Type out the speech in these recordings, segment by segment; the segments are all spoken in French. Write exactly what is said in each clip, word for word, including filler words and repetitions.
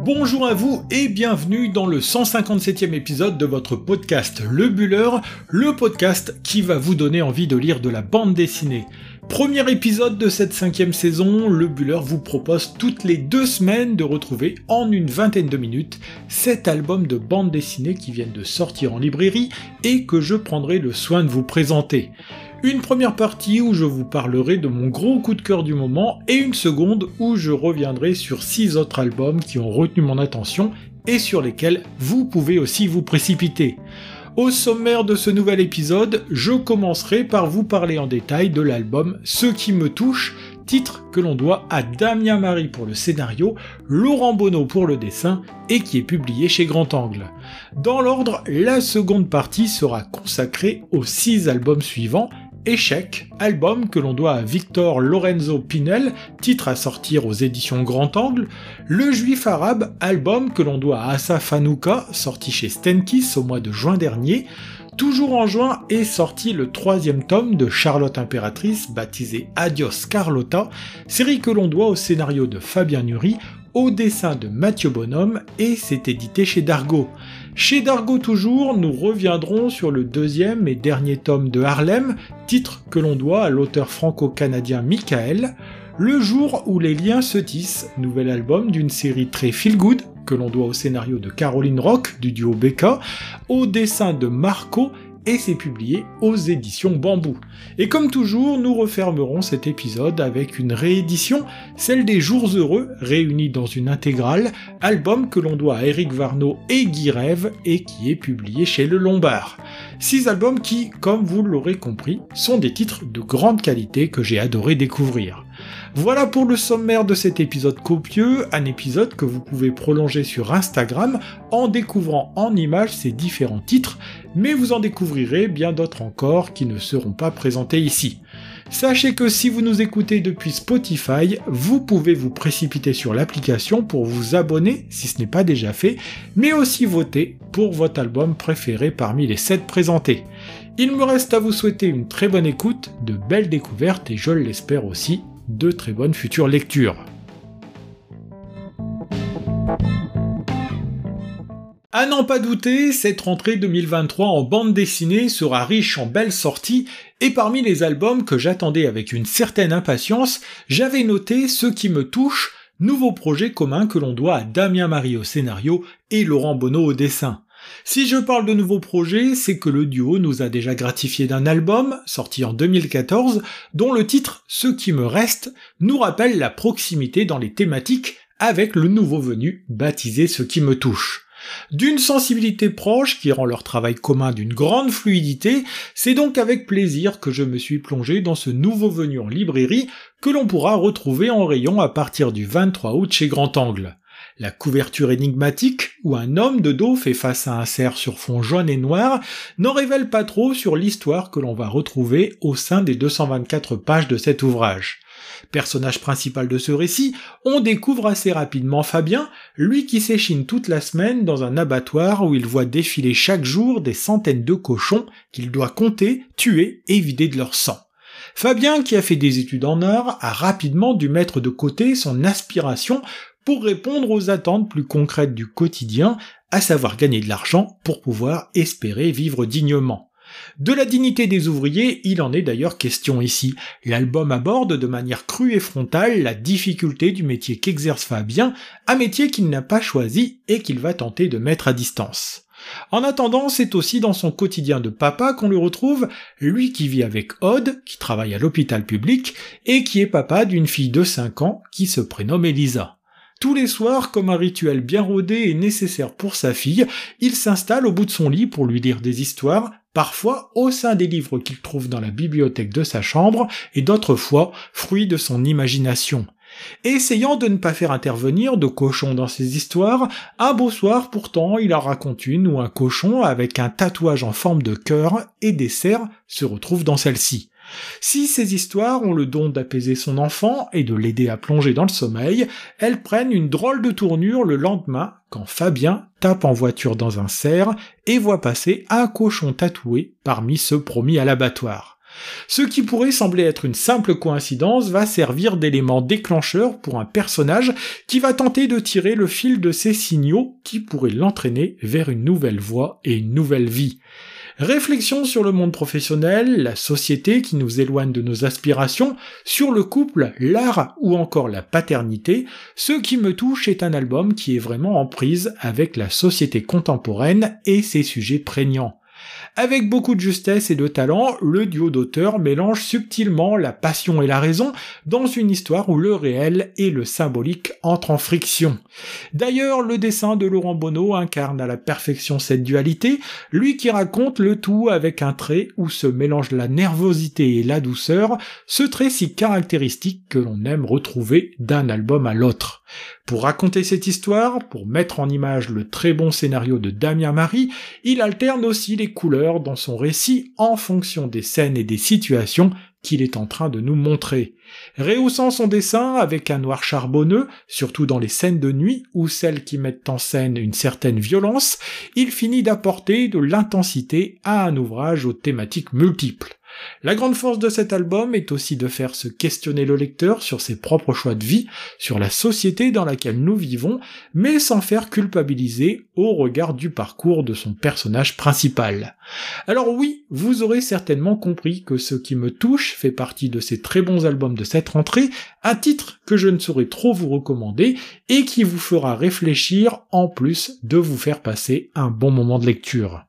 Bonjour à vous et bienvenue dans le cent cinquante-septième épisode de votre podcast Le Buller, le podcast qui va vous donner envie de lire de la bande dessinée. Premier épisode de cette cinquième saison, Le Buller vous propose toutes les deux semaines de retrouver en une vingtaine de minutes cet album de bande dessinée qui viennent de sortir en librairie et que je prendrai le soin de vous présenter. Une première partie où je vous parlerai de mon gros coup de cœur du moment et une seconde où je reviendrai sur six autres albums qui ont retenu mon attention et sur lesquels vous pouvez aussi vous précipiter. Au sommaire de ce nouvel épisode, je commencerai par vous parler en détail de l'album Ce qui me touche, titre que l'on doit à Damien Marie pour le scénario, Laurent Bonneau pour le dessin et qui est publié chez Grand Angle. Dans l'ordre, la seconde partie sera consacrée aux six albums suivants. Échec, album que l'on doit à Victor Lorenzo Pinel, titre à sortir aux éditions Grand Angle. Le Juif Arabe, album que l'on doit à Asaf Hanouka, sorti chez Stenkis au mois de juin dernier. Toujours en juin est sorti le troisième tome de Charlotte Impératrice, baptisé Adios Carlotta, série que l'on doit au scénario de Fabien Nury, au dessin de Mathieu Bonhomme, et c'est édité chez Dargaud. Chez Dargaud toujours, nous reviendrons sur le deuxième et dernier tome de Harlem, titre que l'on doit à l'auteur franco-canadien Michael. Le jour où les liens se tissent, nouvel album d'une série très feel-good, que l'on doit au scénario de Caroline Rock du duo B K, au dessin de Marco, et c'est publié aux éditions Bambou. Et comme toujours, nous refermerons cet épisode avec une réédition, celle des Jours Heureux, réunis dans une intégrale, album que l'on doit à Éric Varnaud et Guy Rêve, et qui est publié chez Le Lombard. Six albums qui, comme vous l'aurez compris, sont des titres de grande qualité que j'ai adoré découvrir. Voilà pour le sommaire de cet épisode copieux, un épisode que vous pouvez prolonger sur Instagram en découvrant en images ces différents titres, mais vous en découvrirez bien d'autres encore qui ne seront pas présentés ici. Sachez que si vous nous écoutez depuis Spotify, vous pouvez vous précipiter sur l'application pour vous abonner si ce n'est pas déjà fait, mais aussi voter pour votre album préféré parmi les sept présentés. Il me reste à vous souhaiter une très bonne écoute, de belles découvertes et je l'espère aussi, de très bonnes futures lectures. À n'en pas douter, cette rentrée deux mille vingt-trois en bande dessinée sera riche en belles sorties, et parmi les albums que j'attendais avec une certaine impatience, j'avais noté Ce qui me touche, nouveau projet commun que l'on doit à Damien Marie au scénario et Laurent Bonneau au dessin. Si je parle de nouveaux projets, c'est que le duo nous a déjà gratifié d'un album, sorti en deux mille quatorze, dont le titre « Ce qui me reste » nous rappelle la proximité dans les thématiques avec le nouveau venu, baptisé « Ce qui me touche ». D'une sensibilité proche qui rend leur travail commun d'une grande fluidité, c'est donc avec plaisir que je me suis plongé dans ce nouveau venu en librairie que l'on pourra retrouver en rayon à partir du vingt-trois août chez Grand Angle. La couverture énigmatique, où un homme de dos fait face à un cerf sur fond jaune et noir, n'en révèle pas trop sur l'histoire que l'on va retrouver au sein des deux cent vingt-quatre pages de cet ouvrage. Personnage principal de ce récit, on découvre assez rapidement Fabien, lui qui s'échine toute la semaine dans un abattoir où il voit défiler chaque jour des centaines de cochons qu'il doit compter, tuer et vider de leur sang. Fabien, qui a fait des études en art, a rapidement dû mettre de côté son aspiration pour répondre aux attentes plus concrètes du quotidien, à savoir gagner de l'argent pour pouvoir espérer vivre dignement. De la dignité des ouvriers, il en est d'ailleurs question ici. L'album aborde de manière crue et frontale la difficulté du métier qu'exerce Fabien, un métier qu'il n'a pas choisi et qu'il va tenter de mettre à distance. En attendant, c'est aussi dans son quotidien de papa qu'on le retrouve, lui qui vit avec Aude, qui travaille à l'hôpital public, et qui est papa d'une fille de cinq ans qui se prénomme Elisa. Tous les soirs, comme un rituel bien rodé et nécessaire pour sa fille, il s'installe au bout de son lit pour lui lire des histoires, parfois au sein des livres qu'il trouve dans la bibliothèque de sa chambre, et d'autres fois, fruit de son imagination. Essayant de ne pas faire intervenir de cochons dans ses histoires, un beau soir pourtant il en raconte une où un cochon avec un tatouage en forme de cœur et des cerfs se retrouve dans celle-ci. Si ces histoires ont le don d'apaiser son enfant et de l'aider à plonger dans le sommeil, elles prennent une drôle de tournure le lendemain quand Fabien tape en voiture dans un cerf et voit passer un cochon tatoué parmi ceux promis à l'abattoir. Ce qui pourrait sembler être une simple coïncidence va servir d'élément déclencheur pour un personnage qui va tenter de tirer le fil de ces signaux qui pourraient l'entraîner vers une nouvelle voie et une nouvelle vie. Réflexion sur le monde professionnel, la société qui nous éloigne de nos aspirations, sur le couple, l'art ou encore la paternité, Ce qui me touche est un album qui est vraiment en prise avec la société contemporaine et ses sujets prégnants. Avec beaucoup de justesse et de talent, le duo d'auteurs mélange subtilement la passion et la raison dans une histoire où le réel et le symbolique entrent en friction. D'ailleurs, le dessin de Laurent Bonneau incarne à la perfection cette dualité, lui qui raconte le tout avec un trait où se mélangent la nervosité et la douceur, ce trait si caractéristique que l'on aime retrouver d'un album à l'autre. Pour raconter cette histoire, pour mettre en image le très bon scénario de Damien Marie, il alterne aussi les couleurs dans son récit en fonction des scènes et des situations qu'il est en train de nous montrer. Rehaussant son dessin avec un noir charbonneux, surtout dans les scènes de nuit ou celles qui mettent en scène une certaine violence, il finit d'apporter de l'intensité à un ouvrage aux thématiques multiples. La grande force de cet album est aussi de faire se questionner le lecteur sur ses propres choix de vie, sur la société dans laquelle nous vivons, mais sans faire culpabiliser au regard du parcours de son personnage principal. Alors oui, vous aurez certainement compris que Ce qui me touche fait partie de ces très bons albums de cette rentrée, un titre que je ne saurais trop vous recommander et qui vous fera réfléchir en plus de vous faire passer un bon moment de lecture.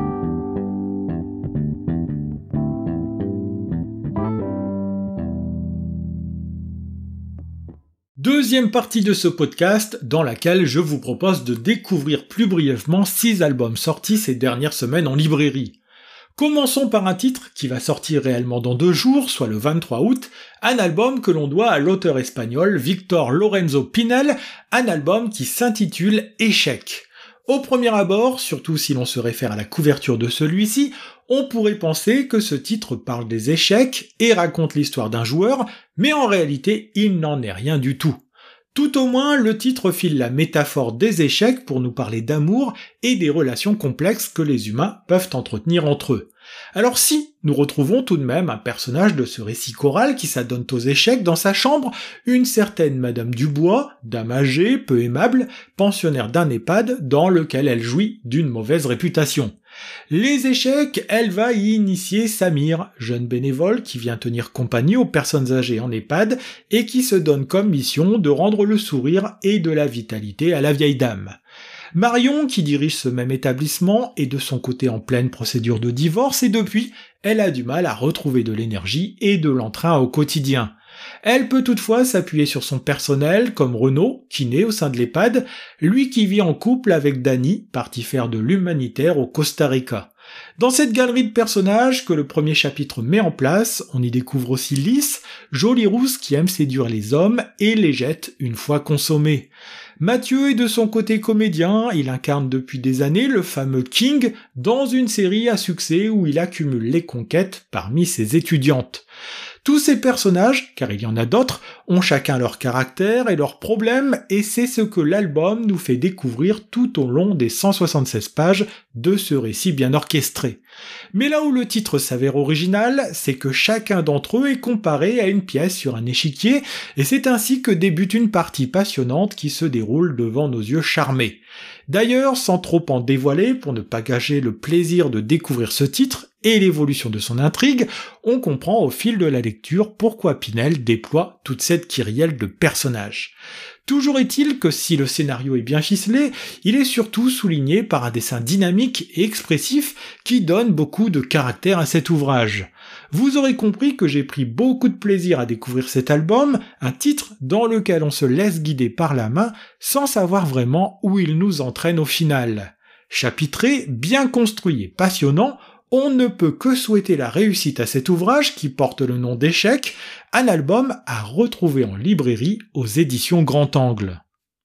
Deuxième partie de ce podcast dans laquelle je vous propose de découvrir plus brièvement six albums sortis ces dernières semaines en librairie. Commençons par un titre qui va sortir réellement dans deux jours, soit le vingt-trois août, un album que l'on doit à l'auteur espagnol Víctor Lorenzo Pinel, un album qui s'intitule Échec. Au premier abord, surtout si l'on se réfère à la couverture de celui-ci, on pourrait penser que ce titre parle des échecs et raconte l'histoire d'un joueur, mais en réalité, il n'en est rien du tout. Tout au moins, le titre file la métaphore des échecs pour nous parler d'amour et des relations complexes que les humains peuvent entretenir entre eux. Alors si, nous retrouvons tout de même un personnage de ce récit choral qui s'adonne aux échecs dans sa chambre, une certaine Madame Dubois, dame âgée, peu aimable, pensionnaire d'un EHPAD dans lequel elle jouit d'une mauvaise réputation. Les échecs, elle va y initier Samir, jeune bénévole qui vient tenir compagnie aux personnes âgées en EHPAD et qui se donne comme mission de rendre le sourire et de la vitalité à la vieille dame. Marion, qui dirige ce même établissement, est de son côté en pleine procédure de divorce et depuis, elle a du mal à retrouver de l'énergie et de l'entrain au quotidien. Elle peut toutefois s'appuyer sur son personnel, comme Renaud, qui naît au sein de l'EHPAD, lui qui vit en couple avec Dani, parti faire de l'humanitaire au Costa Rica. Dans cette galerie de personnages que le premier chapitre met en place, on y découvre aussi Lys, jolie rousse qui aime séduire les hommes et les jette une fois consommés. Mathieu est de son côté comédien, il incarne depuis des années le fameux King dans une série à succès où il accumule les conquêtes parmi ses étudiantes. Tous ces personnages, car il y en a d'autres, ont chacun leur caractère et leurs problèmes et c'est ce que l'album nous fait découvrir tout au long des cent soixante-seize pages de ce récit bien orchestré. Mais là où le titre s'avère original, c'est que chacun d'entre eux est comparé à une pièce sur un échiquier et c'est ainsi que débute une partie passionnante qui se déroule devant nos yeux charmés. D'ailleurs, sans trop en dévoiler pour ne pas gâcher le plaisir de découvrir ce titre et l'évolution de son intrigue, on comprend au fil de la lecture pourquoi Pinel déploie toute cette kyrielle de personnages. Toujours est-il que si le scénario est bien ficelé, il est surtout souligné par un dessin dynamique et expressif qui donne beaucoup de caractère à cet ouvrage. Vous aurez compris que j'ai pris beaucoup de plaisir à découvrir cet album, un titre dans lequel on se laisse guider par la main sans savoir vraiment où il nous entraîne au final. Chapitré, bien construit et passionnant, on ne peut que souhaiter la réussite à cet ouvrage qui porte le nom d'Échec, un album à retrouver en librairie aux éditions Grand Angle.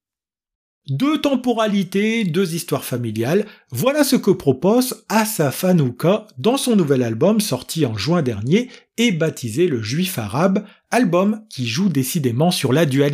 Deux temporalités, deux histoires familiales, voilà ce que propose Asaf Hanouka dans son nouvel album sorti en juin dernier et baptisé Le Juif Arabe, album qui joue décidément sur la dualité.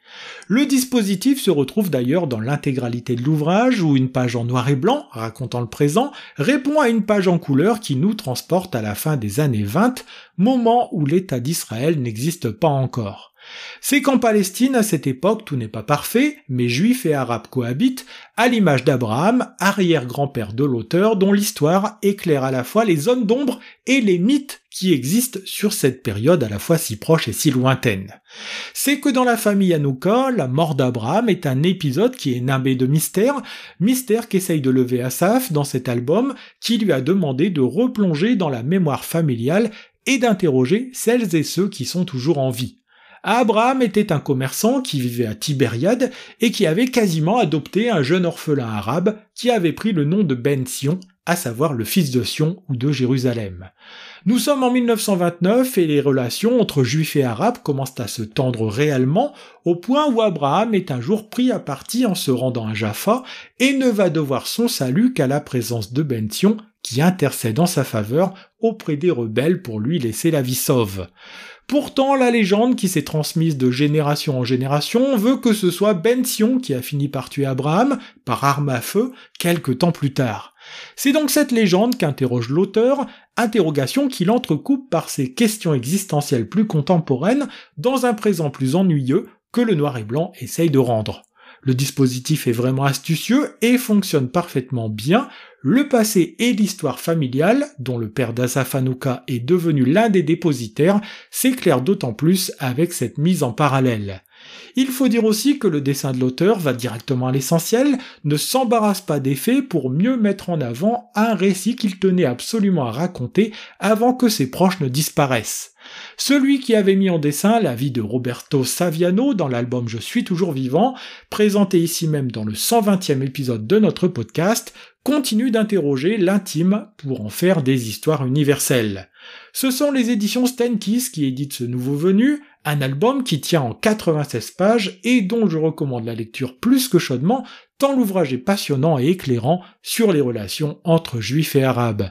Le dispositif se retrouve d'ailleurs dans l'intégralité de l'ouvrage où une page en noir et blanc, racontant le présent, répond à une page en couleur qui nous transporte à la fin des années vingt, moment où l'État d'Israël n'existe pas encore. C'est qu'en Palestine, à cette époque, tout n'est pas parfait, mais juifs et arabes cohabitent, à l'image d'Abraham, arrière-grand-père de l'auteur, dont l'histoire éclaire à la fois les zones d'ombre et les mythes qui existent sur cette période à la fois si proche et si lointaine. C'est que dans la famille Hanouka, la mort d'Abraham est un épisode qui est nimbé de mystère, mystère qu'essaye de lever Asaph dans cet album, qui lui a demandé de replonger dans la mémoire familiale et d'interroger celles et ceux qui sont toujours en vie. Abraham était un commerçant qui vivait à Tibériade et qui avait quasiment adopté un jeune orphelin arabe qui avait pris le nom de Ben Sion, à savoir le fils de Sion ou de Jérusalem. Nous sommes en mille neuf cent vingt-neuf et les relations entre juifs et arabes commencent à se tendre réellement au point où Abraham est un jour pris à partie en se rendant à Jaffa et ne va devoir son salut qu'à la présence de Ben Sion qui intercède en sa faveur auprès des rebelles pour lui laisser la vie sauve. Pourtant, la légende qui s'est transmise de génération en génération veut que ce soit Ben Sion qui a fini par tuer Abraham, par arme à feu, quelque temps plus tard. C'est donc cette légende qu'interroge l'auteur, interrogation qu'il entrecoupe par ses questions existentielles plus contemporaines dans un présent plus ennuyeux que le noir et blanc essaye de rendre. Le dispositif est vraiment astucieux et fonctionne parfaitement bien. Le passé et l'histoire familiale, dont le père d'Asaph Hanouka est devenu l'un des dépositaires, s'éclairent d'autant plus avec cette mise en parallèle. Il faut dire aussi que le dessin de l'auteur va directement à l'essentiel, ne s'embarrasse pas des faits pour mieux mettre en avant un récit qu'il tenait absolument à raconter avant que ses proches ne disparaissent. Celui qui avait mis en dessin la vie de Roberto Saviano dans l'album Je suis toujours vivant, présenté ici même dans le cent vingtième épisode de notre podcast, continue d'interroger l'intime pour en faire des histoires universelles. Ce sont les éditions Stenkiss qui éditent ce nouveau venu, un album qui tient en quatre-vingt-seize pages et dont je recommande la lecture plus que chaudement, tant l'ouvrage est passionnant et éclairant sur les relations entre juifs et arabes.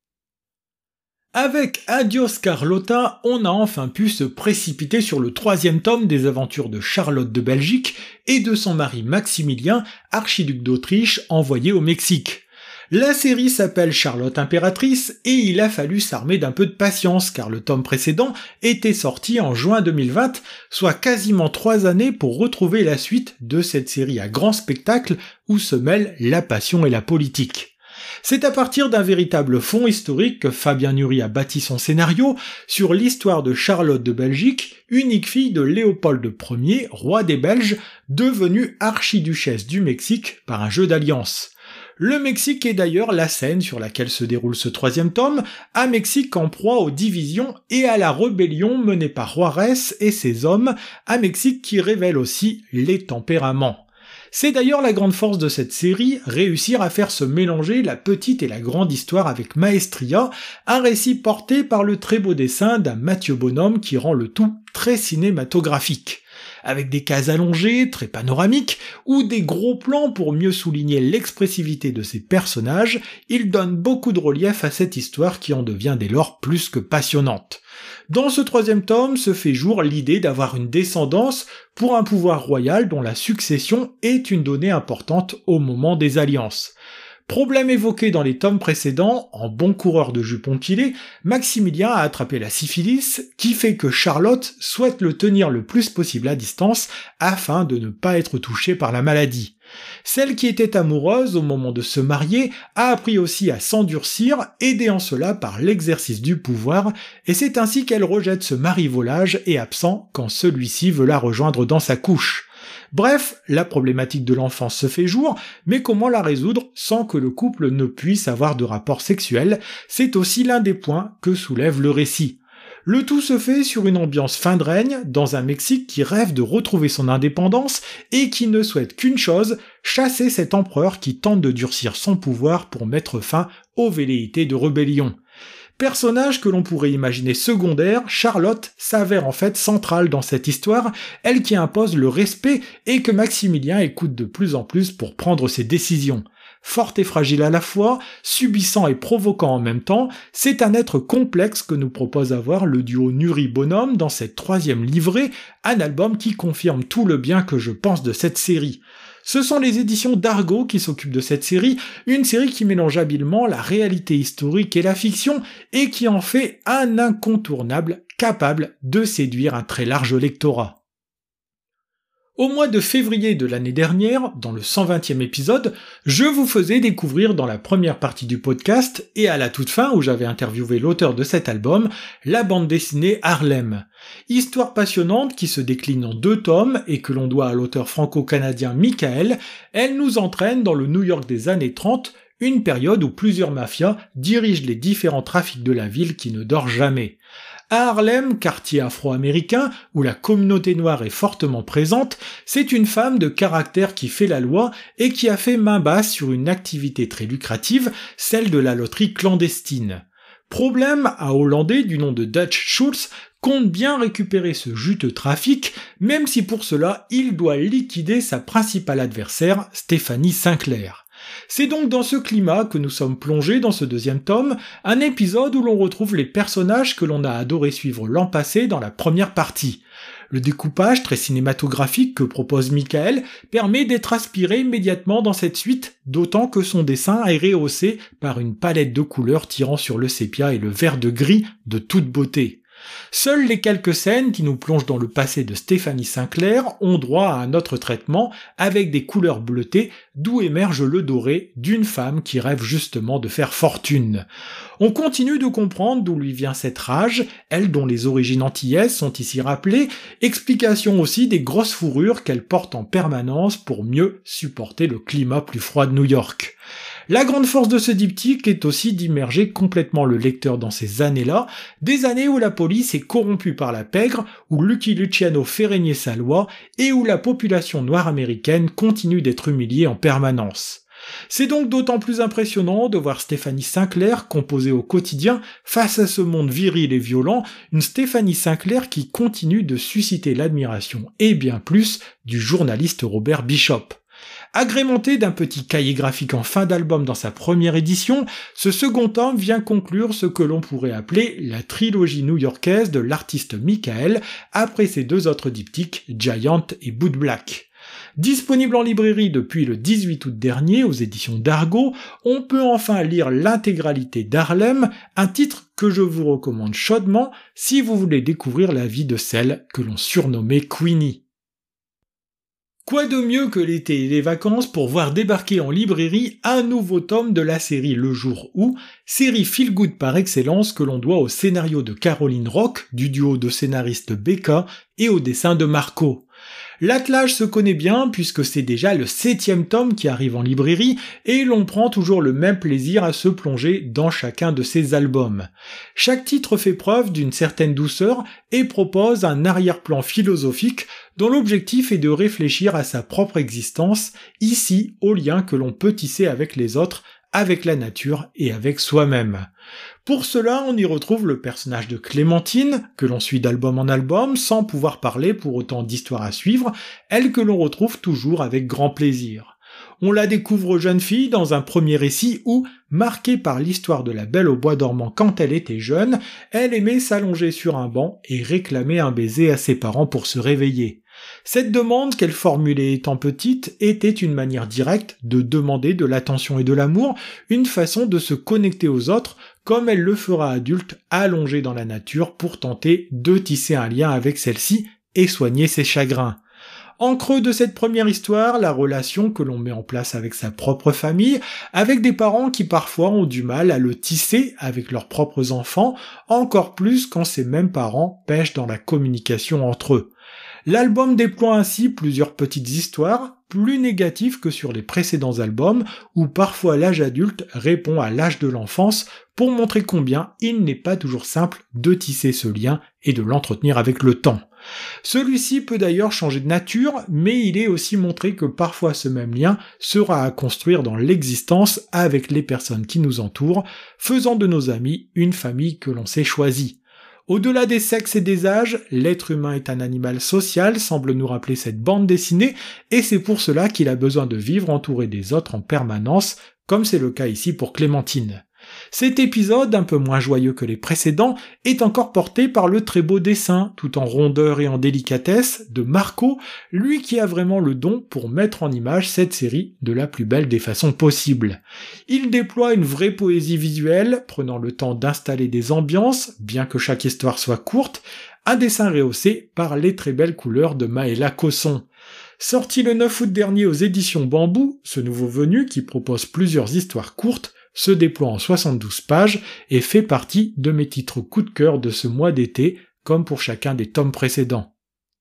Avec Adios Carlotta, on a enfin pu se précipiter sur le troisième tome des aventures de Charlotte de Belgique et de son mari Maximilien, archiduc d'Autriche, envoyé au Mexique. La série s'appelle Charlotte Impératrice et il a fallu s'armer d'un peu de patience car le tome précédent était sorti en juin deux mille vingt, soit quasiment trois années pour retrouver la suite de cette série à grand spectacle où se mêlent la passion et la politique. C'est à partir d'un véritable fond historique que Fabien Nury a bâti son scénario sur l'histoire de Charlotte de Belgique, unique fille de Léopold Ier, roi des Belges, devenue archiduchesse du Mexique par un jeu d'alliance. Le Mexique est d'ailleurs la scène sur laquelle se déroule ce troisième tome, un Mexique en proie aux divisions et à la rébellion menée par Juarez et ses hommes, un Mexique qui révèle aussi les tempéraments. C'est d'ailleurs la grande force de cette série, réussir à faire se mélanger la petite et la grande histoire avec maestria, un récit porté par le très beau dessin d'un Mathieu Bonhomme qui rend le tout très cinématographique. Avec des cases allongées, très panoramiques, ou des gros plans pour mieux souligner l'expressivité de ses personnages, il donne beaucoup de relief à cette histoire qui en devient dès lors plus que passionnante. Dans ce troisième tome se fait jour l'idée d'avoir une descendance pour un pouvoir royal dont la succession est une donnée importante au moment des alliances. Problème évoqué dans les tomes précédents, en bon coureur de jupons qu'il est, Maximilien a attrapé la syphilis, qui fait que Charlotte souhaite le tenir le plus possible à distance afin de ne pas être touchée par la maladie. Celle qui était amoureuse au moment de se marier a appris aussi à s'endurcir, aidée en cela par l'exercice du pouvoir, et c'est ainsi qu'elle rejette ce mari volage et absent quand celui-ci veut la rejoindre dans sa couche. Bref, la problématique de l'enfance se fait jour, mais comment la résoudre sans que le couple ne puisse avoir de rapports sexuels, c'est aussi l'un des points que soulève le récit. Le tout se fait sur une ambiance fin de règne, dans un Mexique qui rêve de retrouver son indépendance et qui ne souhaite qu'une chose, chasser cet empereur qui tente de durcir son pouvoir pour mettre fin aux velléités de rébellion. Personnage que l'on pourrait imaginer secondaire, Charlotte s'avère en fait centrale dans cette histoire, elle qui impose le respect et que Maximilien écoute de plus en plus pour prendre ses décisions. Forte et fragile à la fois, subissant et provoquant en même temps, c'est un être complexe que nous propose à voir le duo Nury-Bonhomme dans cette troisième livrée, un album qui confirme tout le bien que je pense de cette série. Ce sont les éditions d'Argo qui s'occupent de cette série, une série qui mélange habilement la réalité historique et la fiction, et qui en fait un incontournable capable de séduire un très large lectorat. Au mois de février de l'année dernière, dans le cent vingtième épisode, je vous faisais découvrir dans la première partie du podcast, et à la toute fin où j'avais interviewé l'auteur de cet album, la bande dessinée Harlem. Histoire passionnante qui se décline en deux tomes et que l'on doit à l'auteur franco-canadien Michael, elle nous entraîne dans le New York des années trente, une période où plusieurs mafias dirigent les différents trafics de la ville qui ne dort jamais. À Harlem, quartier afro-américain, où la communauté noire est fortement présente, c'est une femme de caractère qui fait la loi et qui a fait main basse sur une activité très lucrative, celle de la loterie clandestine. Problème, un Hollandais du nom de Dutch Schultz compte bien récupérer ce juteux trafic, même si pour cela il doit liquider sa principale adversaire, Stephanie Sinclair. C'est donc dans ce climat que nous sommes plongés dans ce deuxième tome, un épisode où l'on retrouve les personnages que l'on a adoré suivre l'an passé dans la première partie. Le découpage très cinématographique que propose Michael permet d'être aspiré immédiatement dans cette suite, d'autant que son dessin est rehaussé par une palette de couleurs tirant sur le sépia et le vert de gris de toute beauté. Seules les quelques scènes qui nous plongent dans le passé de Stephanie Sinclair ont droit à un autre traitement avec des couleurs bleutées d'où émerge le doré d'une femme qui rêve justement de faire fortune. On continue de comprendre d'où lui vient cette rage, elle dont les origines antillaises sont ici rappelées, explication aussi des grosses fourrures qu'elle porte en permanence pour mieux supporter le climat plus froid de New York. La grande force de ce diptyque est aussi d'immerger complètement le lecteur dans ces années-là, des années où la police est corrompue par la pègre, où Lucky Luciano fait régner sa loi, et où la population noire américaine continue d'être humiliée en permanence. C'est donc d'autant plus impressionnant de voir Stephanie Sinclair composer au quotidien face à ce monde viril et violent, une Stephanie Sinclair qui continue de susciter l'admiration, et bien plus, du journaliste Robert Bishop. Agrémenté d'un petit cahier graphique en fin d'album dans sa première édition, ce second tome vient conclure ce que l'on pourrait appeler la trilogie new-yorkaise de l'artiste Michael, après ses deux autres diptyques, Giant et Boot Black. Disponible en librairie depuis le dix-huit août dernier aux éditions d'Argo, on peut enfin lire l'intégralité d'Harlem, un titre que je vous recommande chaudement si vous voulez découvrir la vie de celle que l'on surnommait Queenie. Quoi de mieux que l'été et les vacances pour voir débarquer en librairie un nouveau tome de la série Le Jour Où, série feel-good par excellence que l'on doit au scénario de Caroline Rock, du duo de scénaristes Becca, et au dessin de Marco. L'attelage se connaît bien puisque c'est déjà le septième tome qui arrive en librairie et l'on prend toujours le même plaisir à se plonger dans chacun de ces albums. Chaque titre fait preuve d'une certaine douceur et propose un arrière-plan philosophique dont l'objectif est de réfléchir à sa propre existence, ici au lien que l'on peut tisser avec les autres, avec la nature et avec soi-même. Pour cela, on y retrouve le personnage de Clémentine, que l'on suit d'album en album, sans pouvoir parler pour autant d'histoires à suivre, elle que l'on retrouve toujours avec grand plaisir. On la découvre jeune fille dans un premier récit où, marquée par l'histoire de la Belle au bois dormant quand elle était jeune, elle aimait s'allonger sur un banc et réclamer un baiser à ses parents pour se réveiller. Cette demande qu'elle formulait étant petite était une manière directe de demander de l'attention et de l'amour, une façon de se connecter aux autres, comme elle le fera adulte, allongée dans la nature pour tenter de tisser un lien avec celle-ci et soigner ses chagrins. En creux de cette première histoire, la relation que l'on met en place avec sa propre famille, avec des parents qui parfois ont du mal à le tisser avec leurs propres enfants, encore plus quand ces mêmes parents pêchent dans la communication entre eux. L'album déploie ainsi plusieurs petites histoires, plus négatives que sur les précédents albums, où parfois l'âge adulte répond à l'âge de l'enfance pour montrer combien il n'est pas toujours simple de tisser ce lien et de l'entretenir avec le temps. Celui-ci peut d'ailleurs changer de nature, mais il est aussi montré que parfois ce même lien sera à construire dans l'existence avec les personnes qui nous entourent, faisant de nos amis une famille que l'on s'est choisie. Au-delà des sexes et des âges, l'être humain est un animal social, semble nous rappeler cette bande dessinée, et c'est pour cela qu'il a besoin de vivre entouré des autres en permanence, comme c'est le cas ici pour Clémentine. Cet épisode, un peu moins joyeux que les précédents, est encore porté par le très beau dessin, tout en rondeur et en délicatesse, de Marco, lui qui a vraiment le don pour mettre en image cette série de la plus belle des façons possibles. Il déploie une vraie poésie visuelle, prenant le temps d'installer des ambiances, bien que chaque histoire soit courte, un dessin rehaussé par les très belles couleurs de Maëla Cosson. Sorti le neuf août dernier aux éditions Bambou, ce nouveau venu qui propose plusieurs histoires courtes, se déploie en soixante-douze pages et fait partie de mes titres coup de cœur de ce mois d'été, comme pour chacun des tomes précédents.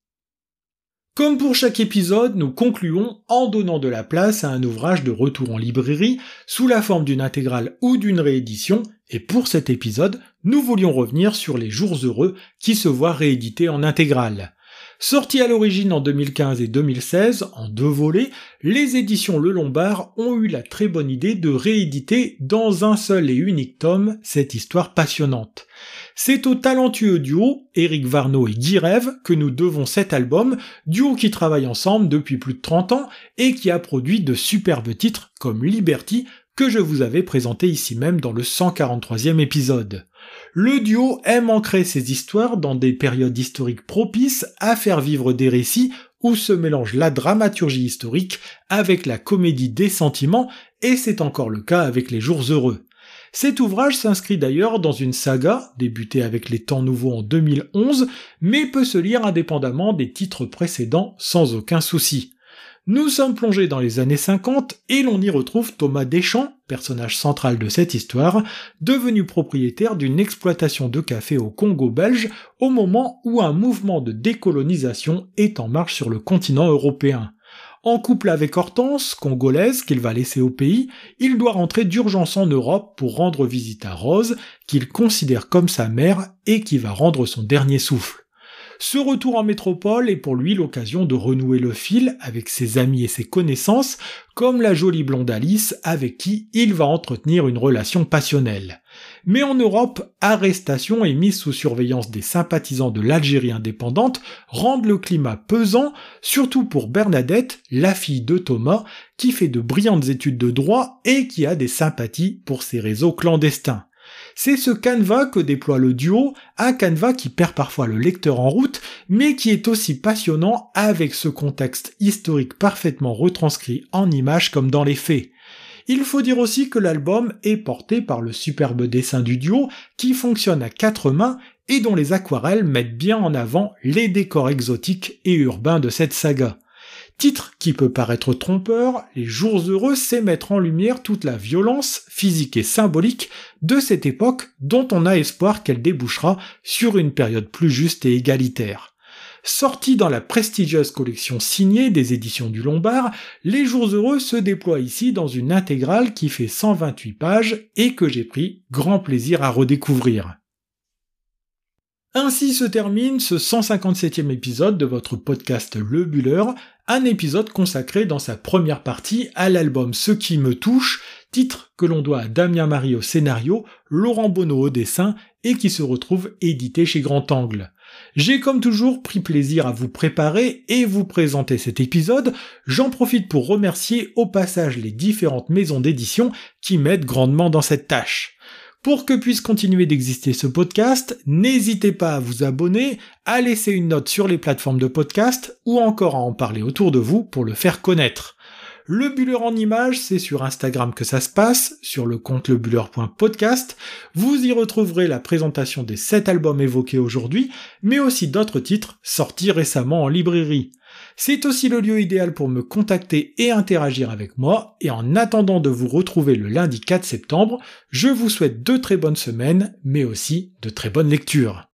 Comme pour chaque épisode, nous concluons en donnant de la place à un ouvrage de retour en librairie, sous la forme d'une intégrale ou d'une réédition, et pour cet épisode, nous voulions revenir sur Les Jours Heureux qui se voient réédités en intégrale. Sortis à l'origine en deux mille quinze et deux mille seize, en deux volets, les éditions Le Lombard ont eu la très bonne idée de rééditer dans un seul et unique tome cette histoire passionnante. C'est au talentueux duo, Éric Varnaud et Guy Rêve, que nous devons cet album, duo qui travaille ensemble depuis plus de trente ans et qui a produit de superbes titres comme Liberty, que je vous avais présenté ici même dans le cent quarante-troisième épisode. Le duo aime ancrer ses histoires dans des périodes historiques propices à faire vivre des récits où se mélange la dramaturgie historique avec la comédie des sentiments, et c'est encore le cas avec Les Jours Heureux. Cet ouvrage s'inscrit d'ailleurs dans une saga, débutée avec Les Temps Nouveaux en deux mille onze, mais peut se lire indépendamment des titres précédents sans aucun souci. Nous sommes plongés dans les années cinquante et l'on y retrouve Thomas Deschamps, personnage central de cette histoire, devenu propriétaire d'une exploitation de café au Congo belge au moment où un mouvement de décolonisation est en marche sur le continent européen. En couple avec Hortense, congolaise, qu'il va laisser au pays, il doit rentrer d'urgence en Europe pour rendre visite à Rose, qu'il considère comme sa mère et qui va rendre son dernier souffle. Ce retour en métropole est pour lui l'occasion de renouer le fil avec ses amis et ses connaissances, comme la jolie blonde Alice avec qui il va entretenir une relation passionnelle. Mais en Europe, arrestation et mise sous surveillance des sympathisants de l'Algérie indépendante rendent le climat pesant, surtout pour Bernadette, la fille de Thomas, qui fait de brillantes études de droit et qui a des sympathies pour ces réseaux clandestins. C'est ce canevas que déploie le duo, un canevas qui perd parfois le lecteur en route, mais qui est aussi passionnant avec ce contexte historique parfaitement retranscrit en images comme dans les faits. Il faut dire aussi que l'album est porté par le superbe dessin du duo qui fonctionne à quatre mains et dont les aquarelles mettent bien en avant les décors exotiques et urbains de cette saga. Titre qui peut paraître trompeur, Les Jours Heureux sait mettre en lumière toute la violence physique et symbolique de cette époque dont on a espoir qu'elle débouchera sur une période plus juste et égalitaire. Sorti dans la prestigieuse collection signée des éditions du Lombard, Les Jours Heureux se déploie ici dans une intégrale qui fait cent vingt-huit pages et que j'ai pris grand plaisir à redécouvrir. Ainsi se termine ce cent cinquante-septième épisode de votre podcast Le Buller, un épisode consacré dans sa première partie à l'album Ce qui me touche, titre que l'on doit à Damien Marie au scénario, Laurent Bonneau au dessin et qui se retrouve édité chez Grand Angle. J'ai comme toujours pris plaisir à vous préparer et vous présenter cet épisode, j'en profite pour remercier au passage les différentes maisons d'édition qui m'aident grandement dans cette tâche. Pour que puisse continuer d'exister ce podcast, n'hésitez pas à vous abonner, à laisser une note sur les plateformes de podcast ou encore à en parler autour de vous pour le faire connaître. Le Buller en images, c'est sur Instagram que ça se passe, sur le compte lebuller point podcast. Vous y retrouverez la présentation des sept albums évoqués aujourd'hui, mais aussi d'autres titres sortis récemment en librairie. C'est aussi le lieu idéal pour me contacter et interagir avec moi, et en attendant de vous retrouver le lundi quatre septembre, je vous souhaite de très bonnes semaines, mais aussi de très bonnes lectures.